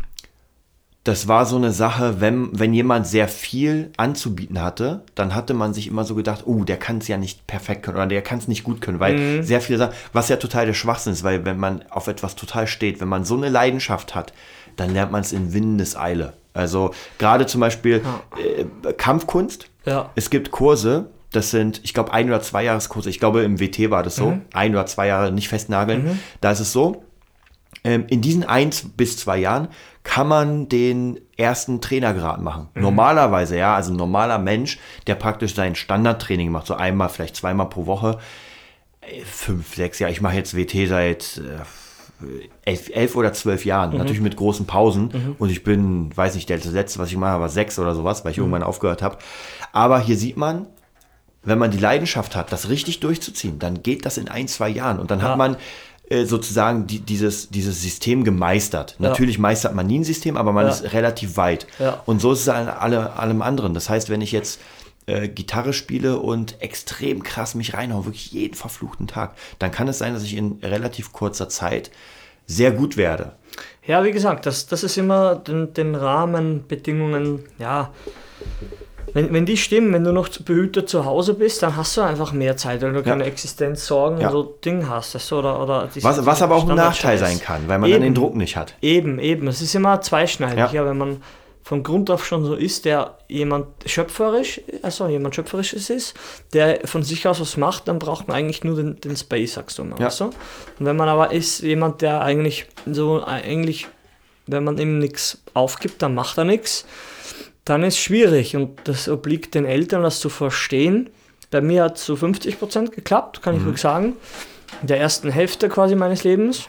Das war so eine Sache, wenn, wenn jemand sehr viel anzubieten hatte, dann hatte man sich immer so gedacht, oh, der kann es ja nicht perfekt können oder der kann es nicht gut können, weil sehr viele sagen, was ja total der Schwachsinn ist, weil wenn man auf etwas total steht, wenn man so eine Leidenschaft hat, dann lernt man es in Windeseile. Also gerade zum Beispiel äh, Kampfkunst. Ja. Es gibt Kurse, das sind, ich glaube, ein- oder zwei Jahreskurse. Ich glaube, im W T war das so. Ein oder zwei Jahre, nicht festnageln. Da ist es so, ähm, in diesen eins bis zwei Jahren kann man den ersten Trainergrad machen. Normalerweise, ja, also ein normaler Mensch, der praktisch sein Standardtraining macht, so einmal, vielleicht zweimal pro Woche, äh, fünf, sechs Jahre. Ich mache jetzt W T seit äh, elf, elf oder zwölf Jahren, natürlich mit großen Pausen. Und ich bin, weiß nicht, das letzte, was ich mache, war sechs oder sowas, weil ich irgendwann aufgehört habe. Aber hier sieht man, wenn man die Leidenschaft hat, das richtig durchzuziehen, dann geht das in ein, zwei Jahren. Und dann Ja. hat man äh, sozusagen die, dieses, dieses System gemeistert. Ja. Natürlich meistert man nie ein System, aber man Ja. ist relativ weit. Ja. Und so ist es an alle, allem anderen. Das heißt, wenn ich jetzt äh, Gitarre spiele und extrem krass mich reinhaue, wirklich jeden verfluchten Tag, dann kann es sein, dass ich in relativ kurzer Zeit sehr gut werde. Ja, wie gesagt, das, das ist immer den, den Rahmenbedingungen, ja, wenn, wenn die stimmen, wenn du noch behütet zu Hause bist, dann hast du einfach mehr Zeit, weil du keine Existenzsorgen Ja. und so Ding hast. Das so, oder, oder diese- Was, was aber auch ein Nachteil Standardscheiß. sein kann, weil man dann Eben. den Druck nicht hat. Eben, eben. Es ist immer zweischneidig, Ja. ja. wenn man von Grund auf schon so ist, der jemand schöpferisch, also jemand schöpferisches ist, der von sich aus was macht, dann braucht man eigentlich nur den, den Space, sagst du mal. Ja. Weißt du? Und wenn man aber ist jemand, der eigentlich so, eigentlich, wenn man ihm nichts aufgibt, dann macht er nichts, dann ist es schwierig und das obliegt den Eltern, das zu verstehen. Bei mir hat es zu fünfzig Prozent geklappt, kann ich wirklich sagen. In der ersten Hälfte quasi meines Lebens.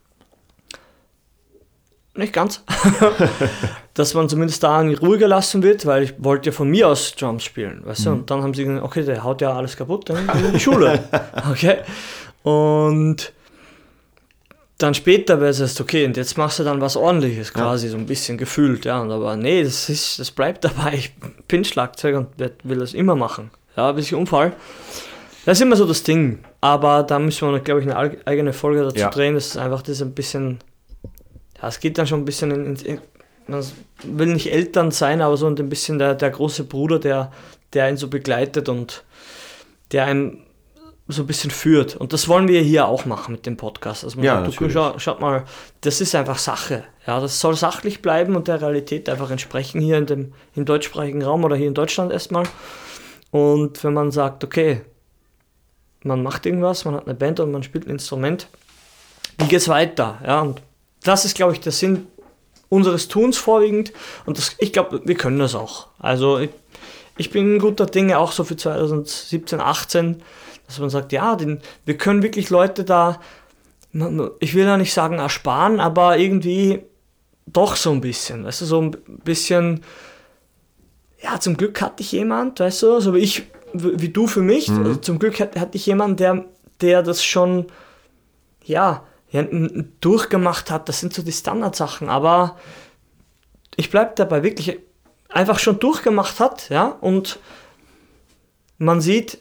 Nicht ganz. Dass man zumindest da in Ruhe gelassen wird, weil ich wollte ja von mir aus Drums spielen, weißt du? Und dann haben sie gesagt, okay, der haut ja alles kaputt, dann gehen wir in die Schule. Okay. Und dann später wäre es erst, okay, und jetzt machst du dann was Ordentliches, quasi so ein bisschen gefühlt, ja. Und aber nee, das ist, das bleibt dabei. Ich bin Schlagzeuger und werd- will das immer machen. Ja, ein bisschen Unfall. Das ist immer so das Ding. Aber da müssen wir, glaube ich, eine eigene Folge dazu Ja. drehen. Das ist einfach das ein bisschen. Ja, es geht dann schon ein bisschen in, in, in man will nicht Eltern sein, aber so ein bisschen der, der große Bruder, der, der einen so begleitet und der einen so ein bisschen führt. Und das wollen wir hier auch machen mit dem Podcast. Also man Ja, sagt, du, natürlich. schau, schaut mal, das ist einfach Sache. Ja, das soll sachlich bleiben und der Realität einfach entsprechen hier in dem, im deutschsprachigen Raum oder hier in Deutschland erstmal. Und wenn man sagt, okay, man macht irgendwas, man hat eine Band und man spielt ein Instrument, wie geht's weiter? Ja, und das ist, glaube ich, der Sinn unseres Tuns vorwiegend und das, ich glaube, wir können das auch. Also ich, ich bin guter Dinge auch so für zwanzig siebzehn, achtzehn, dass man sagt, ja, den, wir können wirklich Leute da, ich will ja nicht sagen ersparen, aber irgendwie doch so ein bisschen, weißt du, so ein bisschen, ja, zum Glück hatte ich jemand, weißt du, so wie ich, wie du für mich, mhm. also zum Glück hatte ich jemanden, der, der das schon, ja, ja, durchgemacht hat, das sind so die Standardsachen, aber ich bleibe dabei, wirklich einfach schon durchgemacht hat, ja, und man sieht,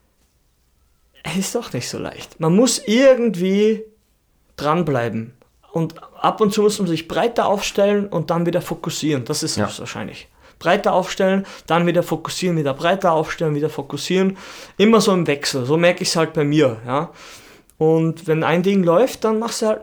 es ist doch nicht so leicht. Man muss irgendwie dranbleiben und ab und zu muss man sich breiter aufstellen und dann wieder fokussieren, das ist ja. es wahrscheinlich. Breiter aufstellen, dann wieder fokussieren, wieder breiter aufstellen, wieder fokussieren, immer so im Wechsel, so merke ich es halt bei mir, ja. Und wenn ein Ding läuft, dann machst du halt,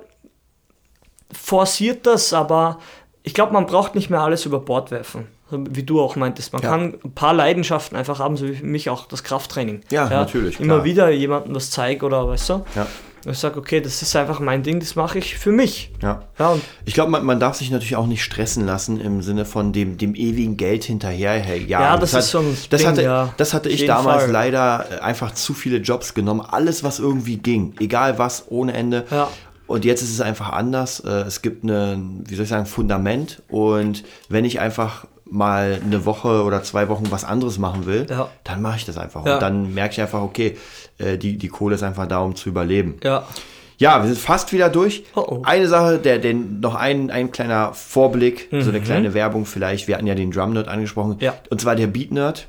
forciert das, aber ich glaube, man braucht nicht mehr alles über Bord werfen. Wie du auch meintest, man ja. kann ein paar Leidenschaften einfach haben, so wie für mich auch das Krafttraining. Ja, ja natürlich. Immer klar. wieder jemandem was zeige oder weißt du. Ja. Ich sage, okay, das ist einfach mein Ding, das mache ich für mich. Ja. ja und ich glaube, man, man darf sich natürlich auch nicht stressen lassen im Sinne von dem, dem ewigen Geld hinterher. Hey, ja, ja, das, das ist hat, so ein das Ding, hatte, ja. das hatte ich damals Fall. leider einfach zu viele Jobs genommen. Alles, was irgendwie ging. Egal was, ohne Ende. Ja. Und jetzt ist es einfach anders. Es gibt eine, wie soll ich sagen, Fundament. Und wenn ich einfach mal eine Woche oder zwei Wochen was anderes machen will, ja. dann mache ich das einfach. Ja. Und dann merke ich einfach, okay, die, die Kohle ist einfach da, um zu überleben. Ja. Ja, wir sind fast wieder durch. Oh oh. Eine Sache, der, der, noch ein, ein kleiner Vorblick, mhm. so eine kleine Werbung vielleicht. Wir hatten ja den Drum Nerd angesprochen. Ja. Und zwar der Beat Nerd,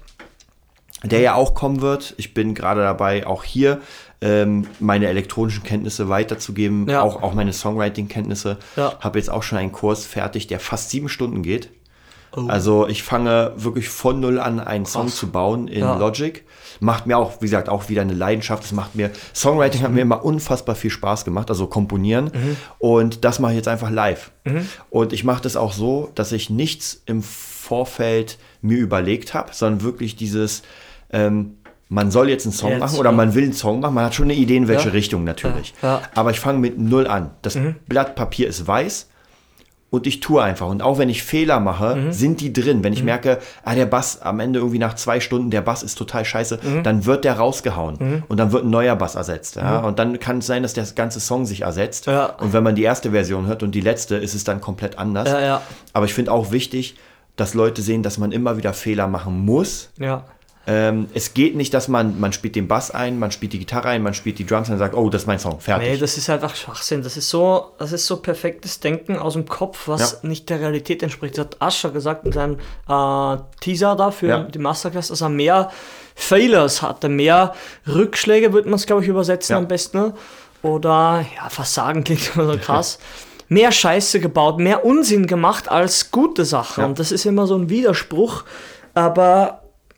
der ja auch kommen wird. Ich bin gerade dabei, auch hier ähm, meine elektronischen Kenntnisse weiterzugeben, ja. auch, auch meine Songwriting-Kenntnisse. Ja. Habe jetzt auch schon einen Kurs fertig, der fast sieben Stunden geht. Oh. Also ich fange wirklich von null an, einen Song Krass. zu bauen in ja. Logic. Macht mir auch, wie gesagt, auch wieder eine Leidenschaft. Es macht mir, Songwriting mhm. hat mir immer unfassbar viel Spaß gemacht, also komponieren. Mhm. Und das mache ich jetzt einfach live. Mhm. Und ich mache das auch so, dass ich nichts im Vorfeld mir überlegt habe, sondern wirklich dieses, ähm, man soll jetzt einen Song jetzt, machen oder ja. man will einen Song machen. Man hat schon eine Idee, in welche ja. Richtung natürlich. Ja. Ja. Aber ich fange mit null an. Das mhm. Blatt Papier ist weiß. Und ich tue einfach. Und auch wenn ich Fehler mache, mhm. sind die drin. Wenn ich mhm. merke, ah, der Bass am Ende irgendwie nach zwei Stunden, der Bass ist total scheiße, mhm. dann wird der rausgehauen. Mhm. Und dann wird ein neuer Bass ersetzt. Ja? Mhm. Und dann kann es sein, dass der ganze Song sich ersetzt. Ja. Und wenn man die erste Version hört und die letzte, ist es dann komplett anders. Ja, ja. Aber ich finde auch wichtig, dass Leute sehen, dass man immer wieder Fehler machen muss. Ja. Ähm, es geht nicht, dass man, man spielt den Bass ein, man spielt die Gitarre ein, man spielt die Drums und sagt, oh, das ist mein Song, fertig. Nee, das ist einfach Schwachsinn. Das ist so, das ist so perfektes Denken aus dem Kopf, was ja. nicht der Realität entspricht. Das hat Asher gesagt in seinem äh, Teaser da für ja. die Masterclass, dass er mehr Failures hatte, mehr Rückschläge, würde man es, glaube ich, übersetzen ja. am besten. Ne? Oder, ja, Versagen klingt immer so krass. Mehr Scheiße gebaut, mehr Unsinn gemacht als gute Sachen. Ja. Und das ist immer so ein Widerspruch. Aber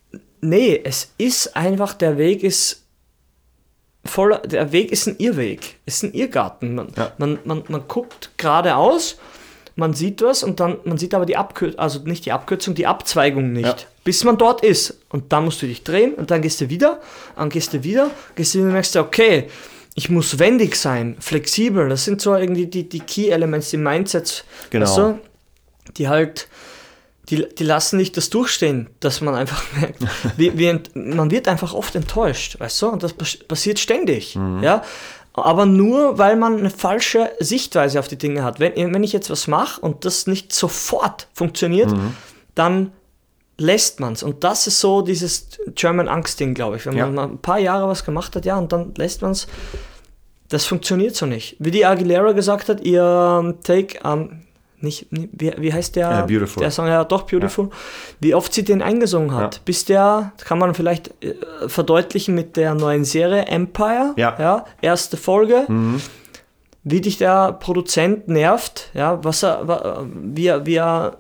nee, es ist einfach, der Weg ist voller, der Weg ist ein Irrweg, ist ein Irrgarten. Man, ja. man, man, man guckt geradeaus, man sieht was und dann, man sieht aber die Abkürzung, also nicht die Abkürzung, die Abzweigung nicht, ja. bis man dort ist. Und dann musst du dich drehen und dann gehst du wieder, dann gehst du wieder, gehst du wieder und merkst du, okay, ich muss wendig sein, flexibel, das sind so irgendwie die, die Key-Elements, die Mindsets, genau. weißt du, die halt Die, die lassen nicht das durchstehen, dass man einfach merkt, wie, wie ent, man wird einfach oft enttäuscht, weißt du, und das passiert ständig, mhm. ja, aber nur, weil man eine falsche Sichtweise auf die Dinge hat. Wenn, wenn ich jetzt was mache und das nicht sofort funktioniert, mhm. dann lässt man es, und das ist so dieses German Angst-Ding, glaube ich, wenn ja. man mal ein paar Jahre was gemacht hat, ja, und dann lässt man es, das funktioniert so nicht. Wie die Aguilera gesagt hat, ihr Take, ähm, Nicht, wie, wie heißt der, ja, Beautiful. der Song? Ja, doch, Beautiful. Ja. Wie oft sie den eingesungen hat. Ja. Bis der, kann man vielleicht äh, verdeutlichen mit der neuen Serie Empire. Ja. Ja, erste Folge. Mhm. Wie dich der Produzent nervt. Ja, was er, wie er, wie er,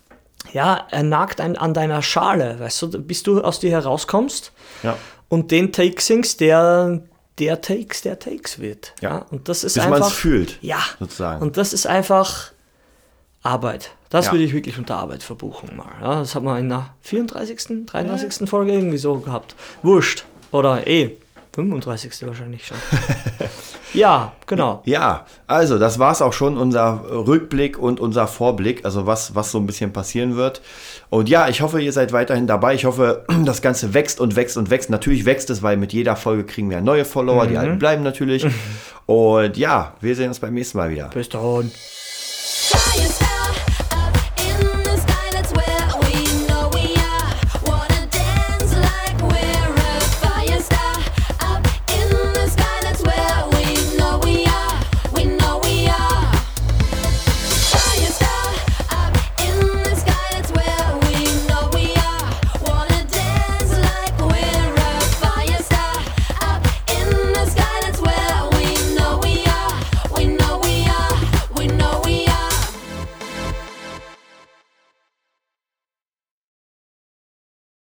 ja, er nagt ein, an deiner Schale, weißt du, bis du aus dir herauskommst ja. und den Take singst, der der Takes, der Takes wird. Ja. Ja. Und das ist bis einfach. Bis man es fühlt. Ja. Sozusagen. Und das ist einfach Arbeit. Das ja. würde ich wirklich unter Arbeit verbuchen mal. Ja, das hat man in der vierunddreißigsten, dreiunddreißigsten Folge irgendwie so gehabt. Wurscht. Oder eh, fünfunddreißigste wahrscheinlich schon. Ja, genau. Ja, also das war's auch schon, unser Rückblick und unser Vorblick, also was, was so ein bisschen passieren wird. Und ja, ich hoffe, ihr seid weiterhin dabei. Ich hoffe, das Ganze wächst und wächst und wächst. Natürlich wächst es, weil mit jeder Folge kriegen wir neue Follower, mhm. die alten bleiben natürlich. Und ja, wir sehen uns beim nächsten Mal wieder. Bis dann.